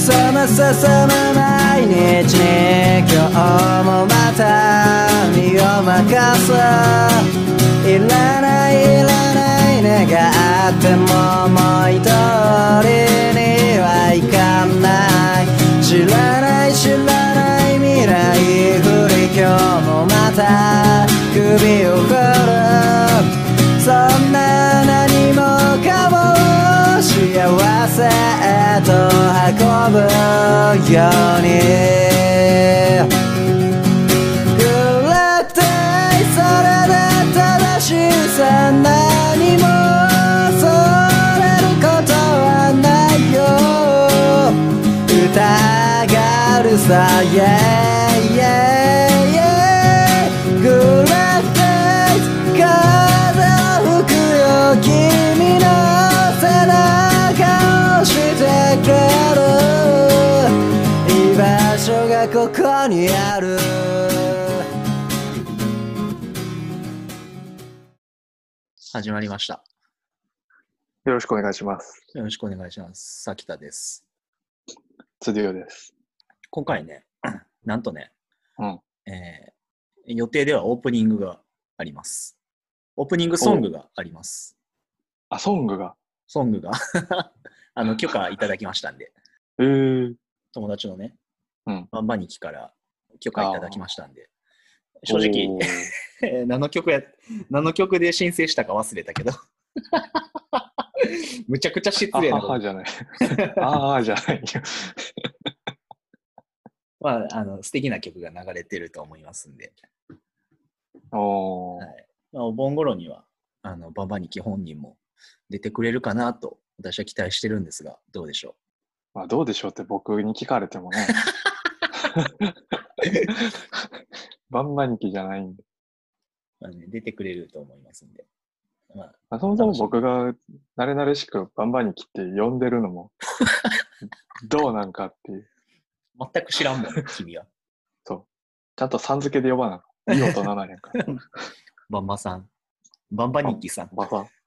の進む毎日に今日もまた身を任す。いらないいらない願っても思い通りにはいかない。知らない知らない未来振り今日もまた首を振る。そんな何もかも幸せへと運ぶように暗くてそれで正しさ何も恐れることはないよ。疑るさ yeah, yeah, yeah 暗くて風を吹くよ君の背中をしてくれる居場所がここにある。始まりました。 よろしくお願いします。 よろしくお願いします。さきたです。 つりおです。 今回ね、なんとね、 うん、 予定ではオープニングがあります。オープニングソングがあります。 あ、ソングが許可いただきましたんで。友達のね、バンバニキから許可いただきましたんで。正直、何の曲で申請したか忘れたけど。むちゃくちゃ失礼なこと。 じゃない。ああじゃないよ。 まあ、素敵な曲が流れてると思いますんで。 はい。 まあ、お盆頃には、バンバニキ本人も出てくれるかなと、私は期待してるんですが、どうでしょう。まあ、どうでしょうって僕に聞かれてもね。バンバニキじゃないんで。 まあね、出てくれると思いますんで。 まあ、そもそも僕が慣れ慣れしくバンバニキって呼んでるのもどうなんかっていう。 全く知らんもん、君は。 そう。ちゃんとさん付けで呼ばな。いい大人なんやから。 バンバさん。バンバニキさん。 バンバン。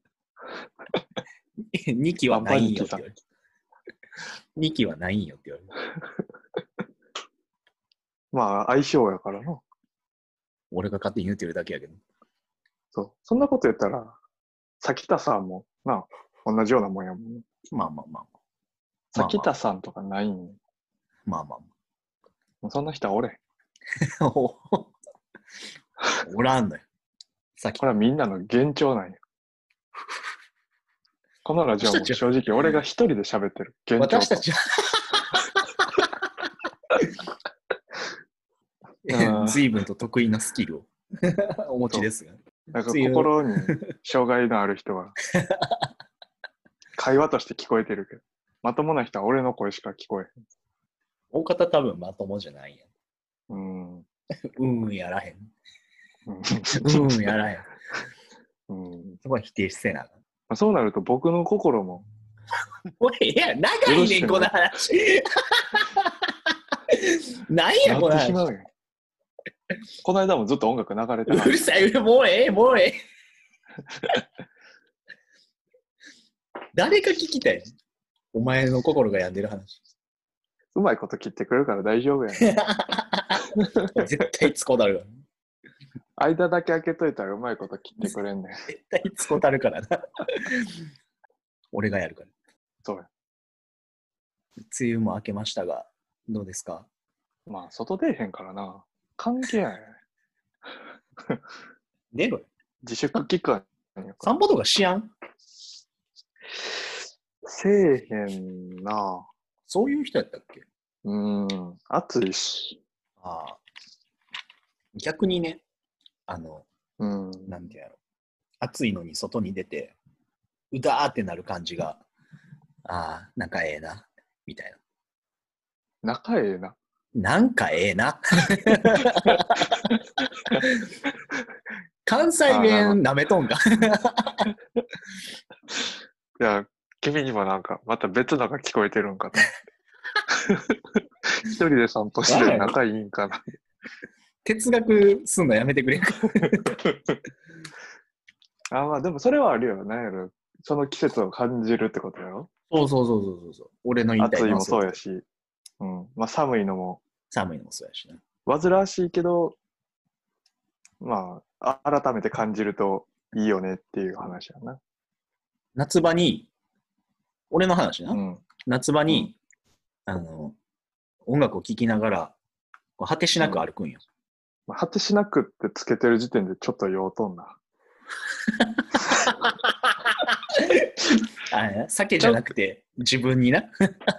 2期はないんよって言われる。2期はないんよって言われる。 まあ、相性やからな。 俺が勝手に言ってるだけやけど。 そう。そんなこと言ったら、咲田さんも、な、同じようなもんやもんね。 まあまあまあ。 咲田さんとかないん。 まあまあまあ。 もうそんな人はおれ。 おらんのよ。 これはみんなの幻聴なんよ。このラジオも正直俺が一人で喋ってる。 私たちは随分と得意なスキルをお持ちですが。 なんか心に障害のある人は会話として聞こえてるけど、まともな人は俺の声しか聞こえへん。 大方多分まともじゃないやん。 やらへん。やらへん。そこは否定してな。 そうなると僕の心も。 もういや、長いねん、この話。何や、この話。 この間もずっと音楽流れてた。うるさい、もうええ。誰が聞きたい？お前の心が病んでる話。 うまいこと切ってくれるから大丈夫やね。 絶対つこだるわ。 間だけ開けといたらうまいこと切ってくれんねん。 絶対つこたるからな。俺がやるから。 そうや。 梅雨も明けましたが、どうですか？ まあ、外出えへんからな。関係ない。 出ろよ。 自粛期間。 散歩とかしやん？ せえへんな。 そういう人やったっけ？ 暑いし。 ああ。逆にね、なんてやろ。暑いのに外に出て、うだーってなる感じが、ああ、仲ええな、みたいな。 仲ええな。 なんかええな。関西弁なめとんか。 いや、君にもなんか、また別のが聞こえてるんかと。一人で散歩して仲いいんかな。 哲学すんのやめてくれるか。 まあでもそれはあるよね。 その季節を感じるってことやろ。 そうそうそうそうそう。俺の言いたい暑いものはそうやし、うん。まあ寒いのも寒いのもそうやしな。 煩わしいけど、まあ、改めて感じるといいよねっていう話やな。 夏場に、俺の話な。 うん。 夏場に、音楽を聴きながら、果てしなく歩くんよ。 まあ、果てしなくってつけてる時点でちょっと酔うとんな。 酒じゃなくて自分にな。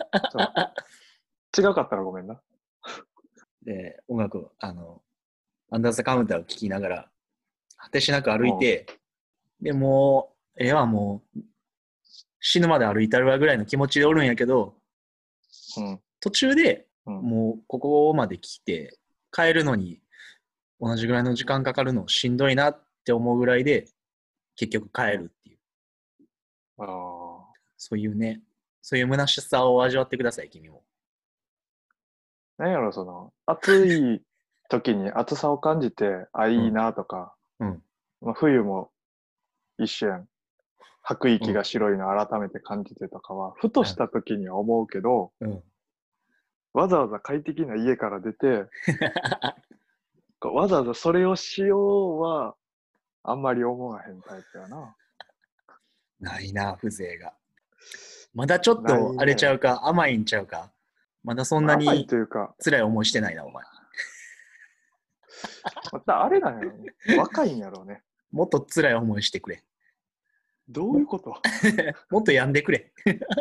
違うかったらごめんな。 で、音楽を、アンダーザカウンターを聴きながら、果てしなく歩いて、で、もう、もう、死ぬまで歩いたるわぐらいの気持ちでおるんやけど、 うん、 途中で、 うん、 もうここまで来て、帰るのに同じぐらいの時間かかるのしんどいなって思うぐらいで、結局帰るっていう。 ああ。 そういうね、そういう虚しさを味わってください、君も。 なんやろ、その、暑い時に暑さを感じて、あ、いいなとか、 うん。 まあ、冬も一緒やん。吐く息が白いの改めて感じてとかは、ふとした時には思うけど、 うん。 わざわざ快適な家から出て、わざわざそれをしようは、あんまり思わへんタイプやな。 ないな、風情が。まだちょっとあれちゃうか、甘いんちゃうか。まだそんなに辛い思いしてないな、お前。 またあれなんやろね。若いんやろうね。 もっと辛い思いしてくれ。 どういうこともっと病んでくれ。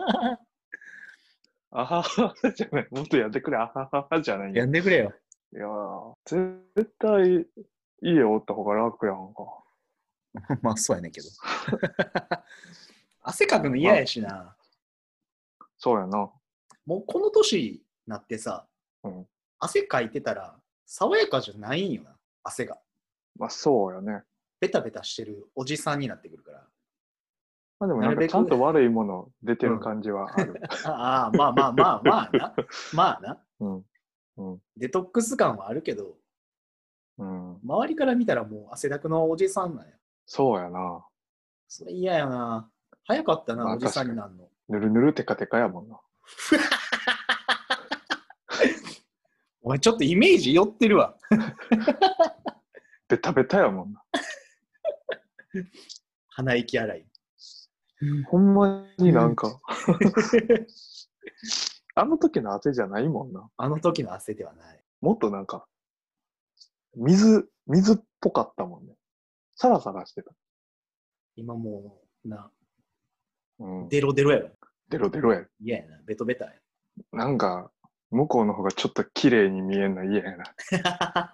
あははじゃない。もっとやってくれ。あははじゃない。 病んでくれよ。 いやー、絶対家おった方が楽やんか。 まあ、そうやねんけど。汗かくの嫌やしな。 そうやな。 もうこの年になってさ、 うん、 汗かいてたら爽やかじゃないんよな、汗が。 まあそうやね。 ベタベタしてるおじさんになってくるから。 まあでもなんかちゃんと悪いもの出てる感じはある。 ああ、まあまあまあまあな。まあな。 うんうん、 デトックス感はあるけど、 うん、 周りから見たらもう汗だくのおじさんなんや。 そうやな。 それ嫌やな。早かったな、 まあおじさんになるの。 ぬるぬるテカテカやもんな。 お前ちょっとイメージ寄ってるわ。 ベタベタやもんな。 鼻息洗い。 ほんまになんかあの時の汗じゃないもんな。 あの時の汗ではない。 もっとなんか水っぽかったもんね。サラサラしてた。 今もうな、 うん、 デロデロやろ。 デロデロや。 嫌やな、ベトベタや。 なんか向こうの方がちょっと綺麗に見えんの嫌やな。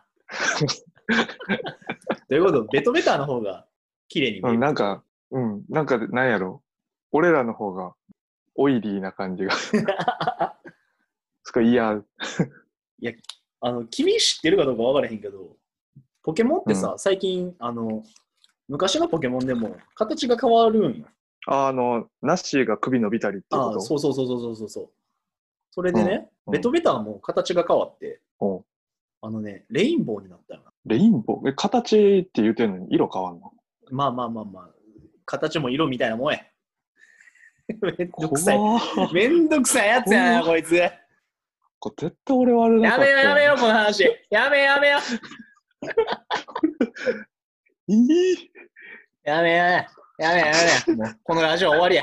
どういうこと？ベトベタの方が綺麗に見える。 なんかなんやろ。俺らの方がオイリーな感じが。すごい嫌。 いや、君知ってるかどうか分からへんけど、ポケモンってさ、最近、昔のポケモンでも形が変わるんよ。 ナッシーが首伸びたりってこと？ そう。それでね、ベトベタも形が変わって、レインボーになったよな。 レインボー？形って言うてんのに色変わんの？ まあ。形も色みたいなもんや。めんどくさいやつやな、こいつ。 これ絶対俺悪なかった。 やめよ、この話。やめよ。やめ。もう、このラジオ終わりや。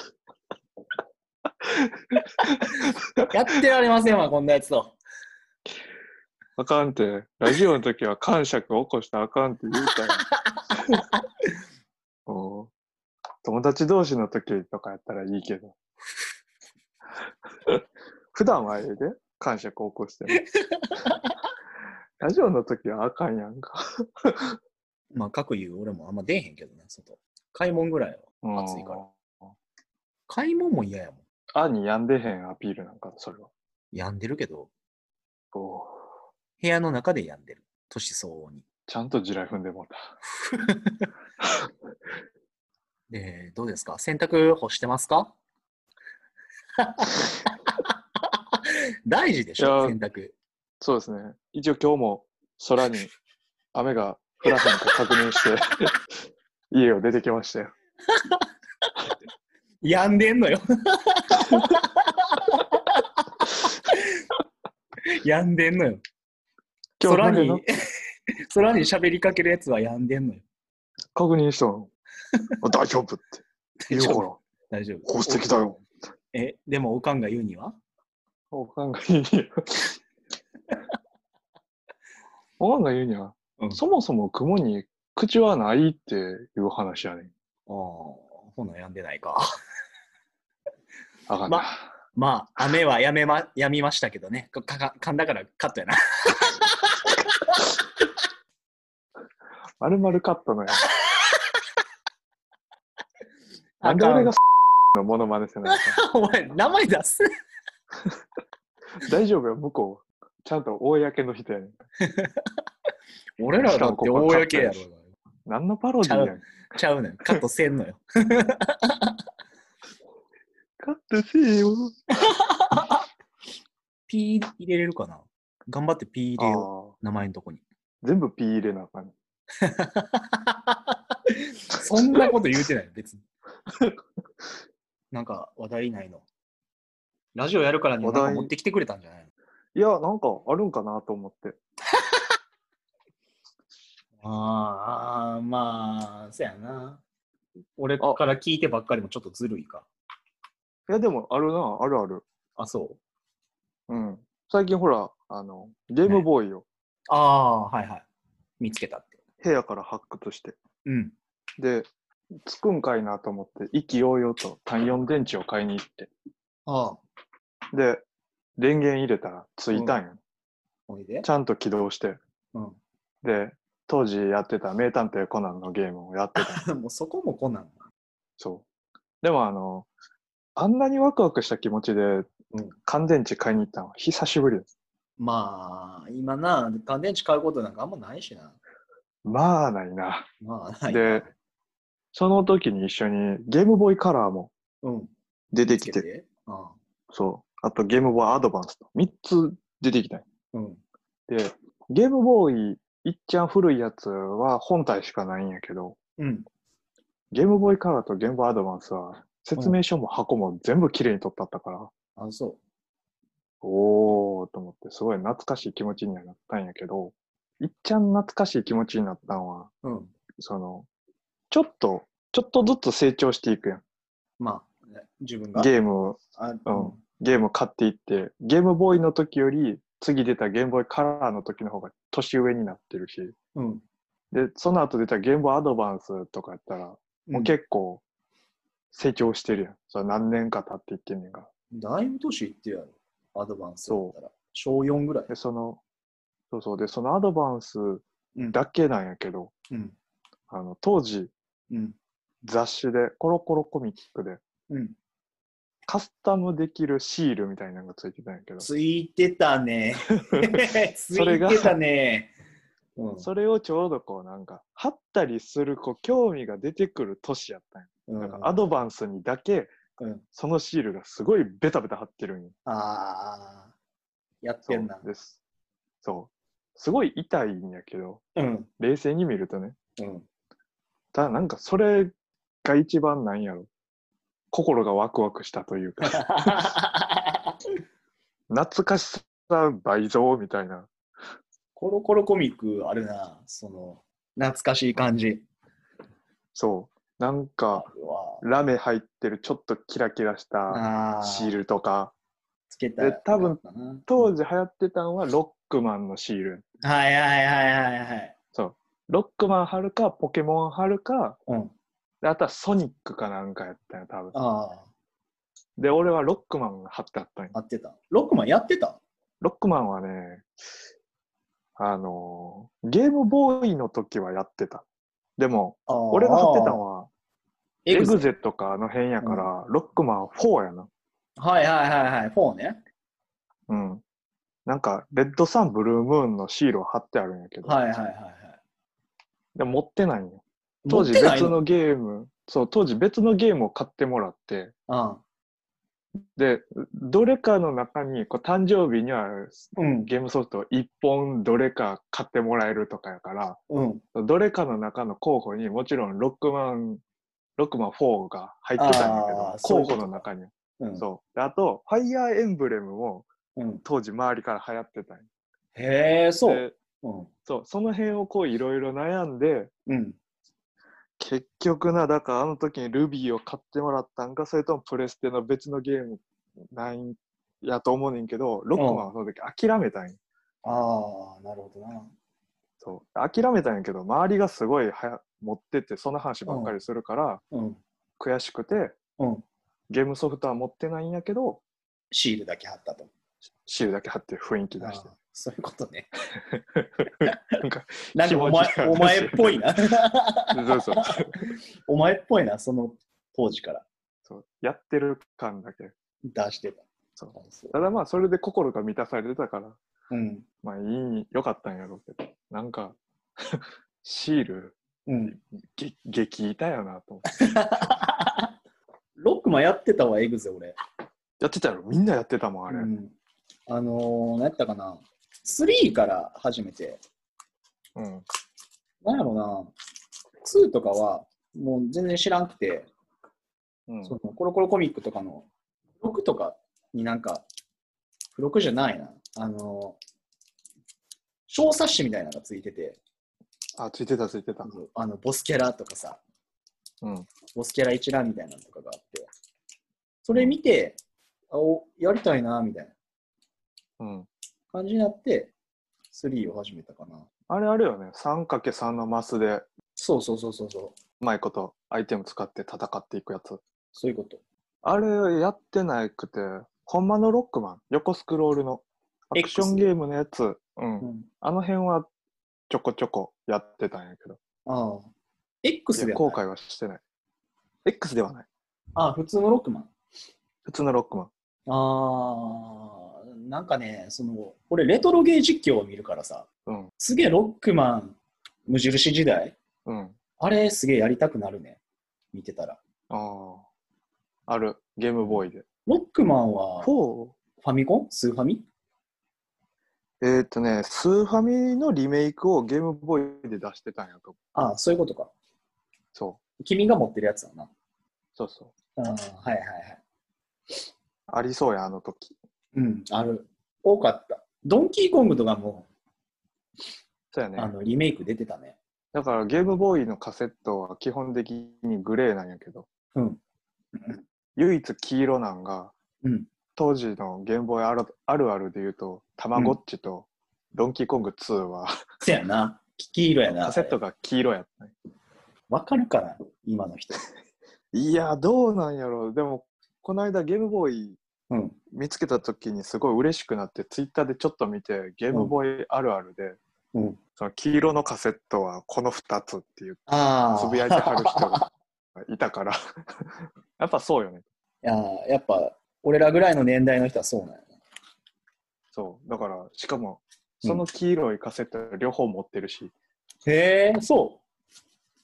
やってられませんわ、こんなやつと。 あかんって。ラジオの時は感触起こしたらあかんって言うたやん。友達同士の時とかやったらいいけど。普段はええで、感触起こしても。ラジオの時はあかんやんか。 まあ、各言う俺もあんま出えへんけどね、外。買い物ぐらいは暑いから。買い物も嫌やもん。 に病んでへんアピールなんか、それは。 病んでるけど、部屋の中で病んでる。年相応に。 ちゃんと地雷踏んでもうた。 で、どうですか？洗濯干してますか？大事でしょ、洗濯。 そうですね。一応今日も空に雨が降らへんか確認して家を出てきましたよ。 病んでんのよ。病んでんのよ。 今日空誰のに、空に喋りかけるやつは病んでんのよ。 確認したのあ大丈夫って言うから大丈夫。 こうしてきたよ。 でもおかんが言うにはおかんが言うにはおかんが言うには、そもそも雲に口はないっていう話やねん。 ああ、ほな病んでないか。 あかんな。 まあ、雨はやみましたけどね。噛んだからカットやな。 丸々カットのや。なんで俺がのモノマネせないか。 お前、名前出す。 大丈夫よ、向こう。ちゃんと公の人やねん。 俺らだって公やろ。 何のパロディやねん。 ちゃうねん。カットせんのよ。 カットせえよ。 ピー入れれるかな。頑張ってピー入れよう。名前のとこに。 全部ピー入れなあかん。 そんなこと言うてない、別に。なんか話題ないの。ラジオやるからになんか持ってきてくれたんじゃないの？ いや、なんかあるんかなと思って。 まあ、そうやな。俺から聞いてばっかりもちょっとずるいか。 いや、でもあるな、あるある。 あ、そう。 うん。最近ほら、ゲームボーイを、 はいはい。見つけたって。 部屋から発掘して。 うん。 で、つくんかいなと思って、意気揚々と単4電池を買いに行って。で、電源入れたらついたんよ。 おいで。 ちゃんと起動して。で、当時やってた名探偵コナンのゲームをやってた。 もうそこもコナン。 そう。でもあんなにワクワクした気持ちで乾電池買いに行ったのは久しぶりです。 まあ、今な、乾電池買うことなんかあんまないしな。 まあないな。 まあないな。 で、その時に一緒にゲームボーイカラーも出てきて、そう。あとゲームボーイアドバンスと3つ出てきたん。で、ゲームボーイいっちゃん古いやつは本体しかないんやけど、ゲームボーイカラーとゲームボーイアドバンスは説明書も箱も全部綺麗に取ってあったから、 あ、そう。 おーと思ってすごい懐かしい気持ちにはなったんやけど、いっちゃん懐かしい気持ちになったのは、ちょっとずつ成長していくやん。 まあ、自分がゲーム買っていって、ゲームボーイの時より次出たゲームボーイカラーの時の方が年上になってるし、で、その後出たゲームボーイアドバンスとかやったら、もう結構成長してるやん。それ何年か経っていってんねんから。 だいぶ年いってやろ、アドバンスだったら。小4ぐらい。 で、そのアドバンスだけなんやけど、当時、雑誌で、コロコロコミックで、カスタムできるシールみたいなのがついてたんやけど。 ついてたね。ついてたね。 それをちょうど貼ったりする興味が出てくる年やったんや。なんかアドバンスにだけ、そのシールがすごいベタベタ貼ってるんよ。 やってんな。 そう。すごい痛いんやけど、冷静に見るとね。ただなんかそれが一番なんやろ。心がワクワクしたというか懐かしさ倍増みたいな。 コロコロコミックあるな、懐かしい感じ。 そう。なんかラメ入ってるちょっとキラキラしたシールとか。 つけた。 で、多分当時流行ってたのはロックマンのシール。そう。ロックマン貼るか、ポケモン貼るか、であとはソニックかなんかやったよ、多分。で、俺はロックマンが貼ってあったんよ。 貼ってた。ロックマンやってた？ ロックマンはね、ゲームボーイの時はやってた。でも、俺が貼ってたのは、エグゼとかあの辺やから、ロックマン4やな。 4ね。 なんか、レッドサンブルームーンのシールを貼ってあるんやけど。でも持ってないんよ。当時別のゲームを買ってもらって、で、どれかの中に誕生日にはゲームソフト1本どれか買ってもらえるとかやから、どれかの中の候補にもちろんロックロックマン4が入ってたんだけど、候補の中に。そう。であと、ファイヤーエンブレムも、当時周りから流行ってたんや。 へえ、そう。 そう、その辺をこういろいろ悩んで、結局な、だからあの時にルビーを買ってもらったんか、それともプレステの別のゲームないやと思うねんけど、ロックマンはその時諦めたんや。 ああ、なるほどな。 そう。諦めたんやけど、周りがすごい持ってて、その話ばっかりするから、悔しくて、ゲームソフトは持ってないんやけど、 シールだけ貼ったと。 シールだけ貼って雰囲気出して。 そういうことね。 なんかお前っぽいな。 そうそう。 お前っぽいな、その当時から。 そうやってる感だけ出してた。 ただまあそれで心が満たされてたから、まあよかったんやろうけど、なんかシール、激痛やなと思って。 ロックマンやってたわ、エグゼ俺。 やってたやろ、みんなやってたもん、あれ。 何やったかな、3から始めて、なんやろな、2とかはもう全然知らんくて、そのコロコロコミックとかの付録とかになんか、付録じゃないな、小冊子みたいなのがついてて、 ついてた。 ボスキャラとかさ、ボスキャラ一覧みたいなのとかがあって、それ見て、やりたいなみたいな感じになって、3を始めたかな。 あれよね、3×3 のマスで、 そう。 うまいことアイテム使って戦っていくやつ。 そういうこと。 あれやってなくて、ほんまのロックマン、横スクロールのアクションゲームのやつ、あの辺はちょこちょこやってたんやけど。 X ではない。 後悔はしてない。X ではない。 普通のロックマン。 普通のロックマン。 なんかね、俺レトロゲー実況を見るからさ、すげえロックマン無印時代、あれすげえやりたくなるね、見てたら。 ある、ゲームボーイで。 ロックマンはファミコン？スーファミ？ スーファミのリメイクをゲームボーイで出してたんやと。 そういうことか。 そう。 君が持ってるやつだな。 そう。 はい。 ありそうや、あの時。 ある。多かった。ドンキーコングとかも、 そうやね。 リメイク出てたね。 だからゲームボーイのカセットは基本的にグレーなんやけど、唯一黄色なんが、当時のゲームボーイあるあるで言うと、たまごっちとドンキーコング2は、 そうやな。黄色やな。 カセットが黄色やったね。 わかるかな今の人。 いや、どうなんやろう。でも、この間ゲームボーイ見つけた時にすごい嬉しくなって、ツイッターでちょっと見て、ゲームボーイあるあるで、その黄色のカセットはこの2つっていう、つぶやいてはる人がいたから、やっぱそうよね。 やっぱ、俺らぐらいの年代の人はそうなんやね。 そう。だから、しかも、その黄色いカセット両方持ってるし。 へえ、そう。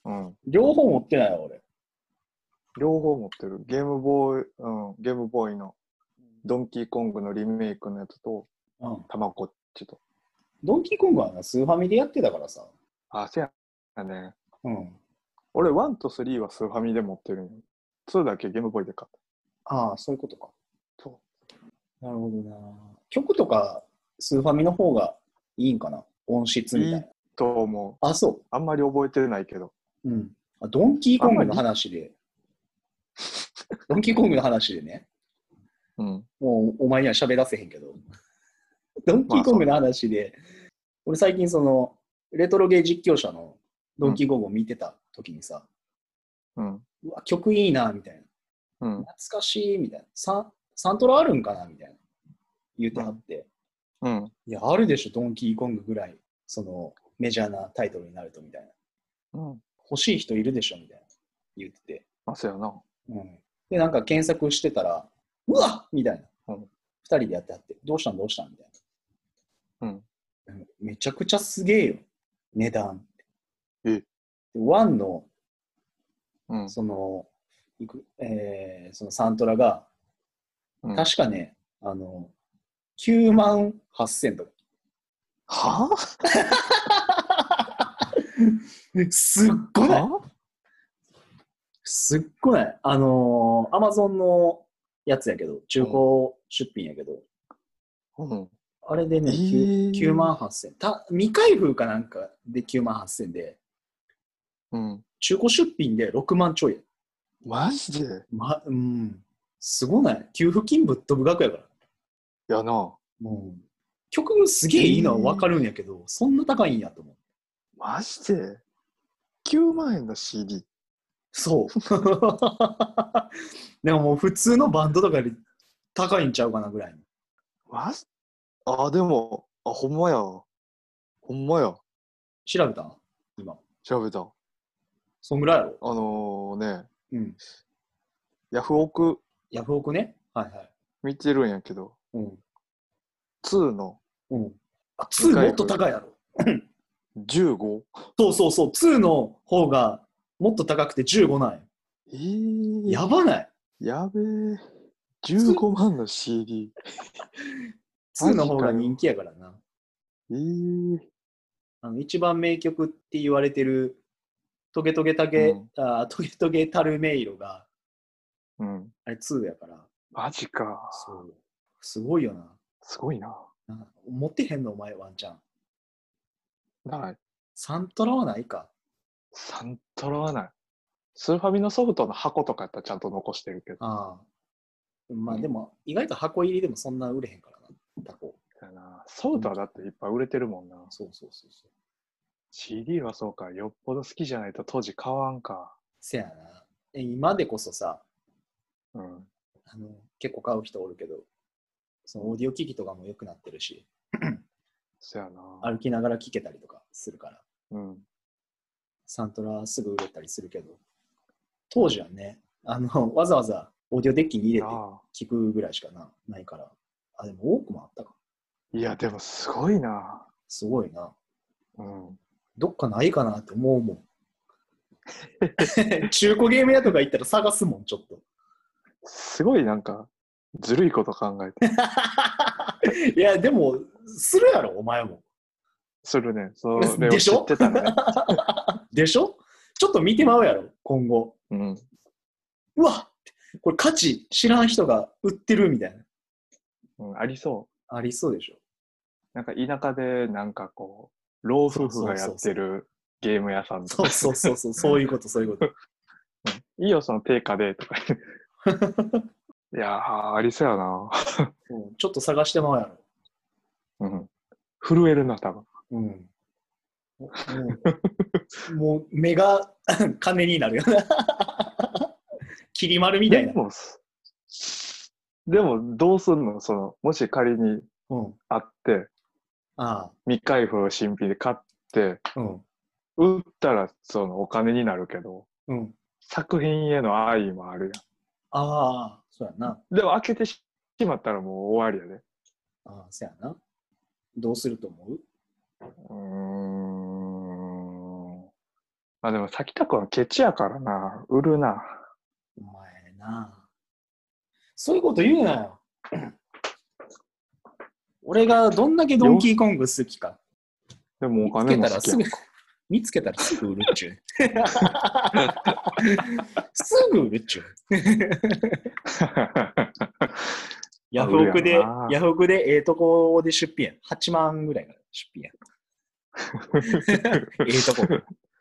両方持ってないわ、俺。 両方持ってる。ゲームボーイのドンキーコングのリメイクのやつと、たまごっちと。 ドンキーコングはスーファミでやってたからさ。 そうやね。俺、1と3はスーファミで持ってるんよ。2だけゲームボーイで買った。 そういうことか。なるほどな。曲とかスーファミの方がいいんかな、音質みたいな。いいと思う。 そう。 あんまり覚えてないけど。 ドンキーコングの話で。ドンキーコングの話でね。もうお前には喋らせへんけど。ドンキーコングの話で、俺最近レトロゲー実況者のドンキーコングを見てた時にさ、うわ、曲いいな、みたいな。懐かしい、みたいな。サントラあるんかなみたいな。言ってはって。いや、あるでしょ、ドンキーコングぐらい。メジャーなタイトルになると、みたいな。欲しい人いるでしょ、みたいな。言ってて。 そうやな。 で、なんか検索してたら、うわっみたいな。二人でやってはって、どうしたんみたいな。めちゃくちゃすげえよ。値段。ワンの、そのサントラが、確かね、9万8000とか。 はぁすっごい。 すっごい、アマゾンのやつやけど、中古出品やけど、あれでね、9万8000。未開封かなんかで9万8000で、中古出品で6万ちょいや。 マジで？ すごない？給付金ぶっ飛ぶ額やから。 やな。 曲すげえいいのは分かるんやけど、そんな高いんやと思う。 マジで ?9 万円の CD？ そう。でももう普通のバンドとかより高いんちゃうかなぐらい。 マジ？でも、ほんまや。ほんまや。 調べた？今。 調べた。 そんぐらいやろ？ ヤフオク。 ヤフオクね。はいはい。 見てるんやけど。2の。 2もっと高いやろ。 15？ そう。2の方がもっと高くて15なんや。やばない？ やべえ。15万の CD。 2の方が人気やからな。一番名曲って言われてるトゲトゲたる迷路が、あれ2やから。 マジか。 そう。すごいよな。 すごいな。 持ってへんのお前ワンちゃん。 ない。 サントラはないか。 サントラはない。スーファミのソフトの箱とかやったらちゃんと残してるけど。 まあでも、意外と箱入りでもそんな売れへんからな、タコ。 ソフトはだっていっぱい売れてるもんな。 そう。 CD はそうか、よっぽど好きじゃないと当時買わんか。 せやな。今でこそさ、結構買う人おるけど、そのオーディオ機器とかも良くなってるし、 せやな。 歩きながら聴けたりとかするから、サントラすぐ売れたりするけど、当時はね、わざわざオーディオデッキに入れて聴くぐらいしかないから、でも多くもあったか。 いや、でもすごいな。 すごいな。どっかないかなって思うもん。中古ゲーム屋とか行ったら探すもん、ちょっと。 すごいなんか、ずるいこと考えて。 いや、でも、するやろ、お前も。 するね。それを知ってたね。 でしょ？ちょっと見てまうやろ、今後。うわ、これ価値知らん人が売ってるみたいな。ありそう。 ありそうでしょ。 なんか田舎でなんかこう、老夫婦がやってるゲーム屋さんとか。 そう、そういうこと。 いいよ、その定価でとか。いやー、ありそうやな。 ちょっと探してまうやろ。震えるな、多分。 もう目が金になるよな。きり丸みたいな。 でもどうすんの？もし仮にあって、未開封新品で買って、売ったらお金になるけど、作品への愛もあるやん。 そうやな。 でも開けてしまったらもう終わりやで。 そうやな。どうすると思う？ でも咲田君はケチやからな。売るな。 お前な。そういうこと言うなよ。俺がどんだけドンキーコング好きか。 でもお金も好きやんか。 見つけたらすぐ売るっちゅう。すぐ売るっちゅう。ヤフオクでとこで出品や。8万ぐらいが出品や。とこ。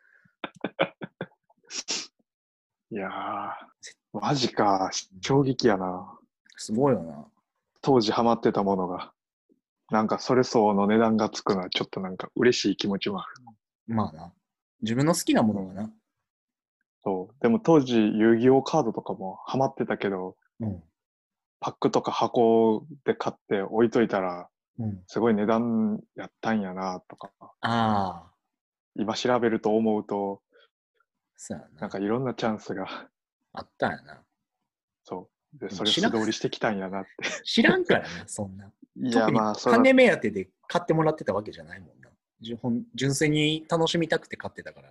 いやー、マジか。衝撃やな。 すごいよな。 当時ハマってたものが、なんかそれ相応の値段がつくのはちょっとなんか嬉しい気持ちもある。 まあな。自分の好きなものがな。 そう。でも当時遊戯王カードとかもハマってたけど、パックとか箱で買って置いといたら、すごい値段やったんやなとか。今調べると思うと、なんかいろんなチャンスがあったんやな。 そう。で、それ素通りしてきたんやなって。 知らんからな、そんな。 いや、まあ、 金目当てで買ってもらってたわけじゃないもんな。純粋に楽しみたくて買ってたから。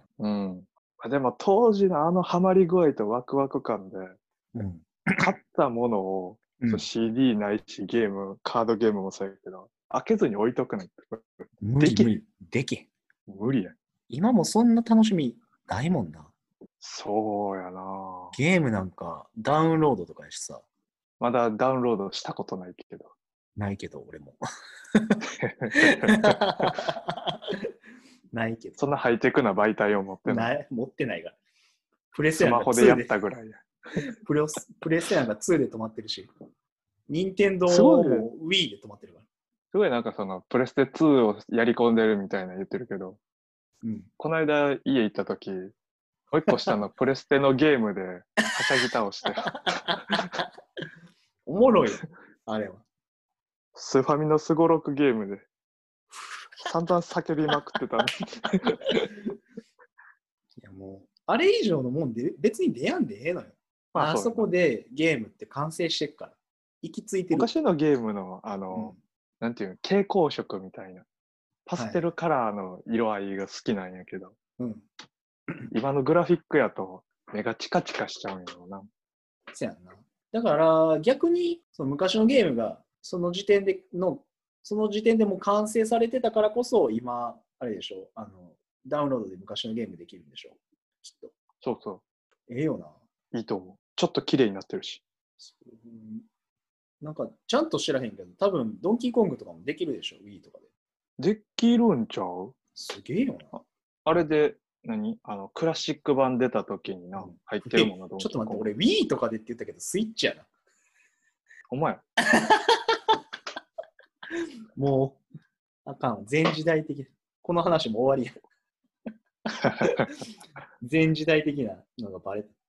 でも当時のハマり具合とワクワク感で、買ったものを、CD ないしゲーム、カードゲームもそうやけど、開けずに置いとくなんて。 できん。 無理や。 今もそんな楽しみないもんな。 そうやな。 ゲームなんかダウンロードとかやしさ。 まだダウンロードしたことないけど。 ないけど、俺も。ないけど。 そんなハイテクな媒体を持ってない。 持ってないが。プレステスマホでやったぐらいや。 プレステなんか2で止まってるし、任天堂も Wii で止まってるから。 すごいなんかそのプレステ2をやり込んでるみたいな言ってるけど、この間家行った時、もう一個下のプレステのゲームではしゃぎ倒して。 おもろい、あれは。 スファミのスゴロクゲームで散々叫びまくってたね。 いやもう、あれ以上のもんで別に出やんでええのよ。あそこでゲームって完成してっから。行き着いてる。 昔のゲームの、なんていうの、蛍光色みたいな。パステルカラーの色合いが好きなんやけど、今のグラフィックやと目がチカチカしちゃうんやろうな。 そうやんな。だから逆にその昔のゲームがその時点でもう完成されてたからこそ今あれでしょ、ダウンロードで昔のゲームできるんでしょ、きっと。 そうそう。 ええよな。 いいと思う。ちょっと綺麗になってるし。 なんかちゃんと知らへんけど、多分ドンキーコングとかもできるでしょ、Wii とかで。できるんちゃう？ すげえよな。 あれでクラシック版出た時にな、入ってるもんな。 ちょっと待って、俺 Wii とかでって言ったけど、スイッチやな。 お前。 もう、あかん。全時代的。この話も終わりや。全時代的なのがバレた。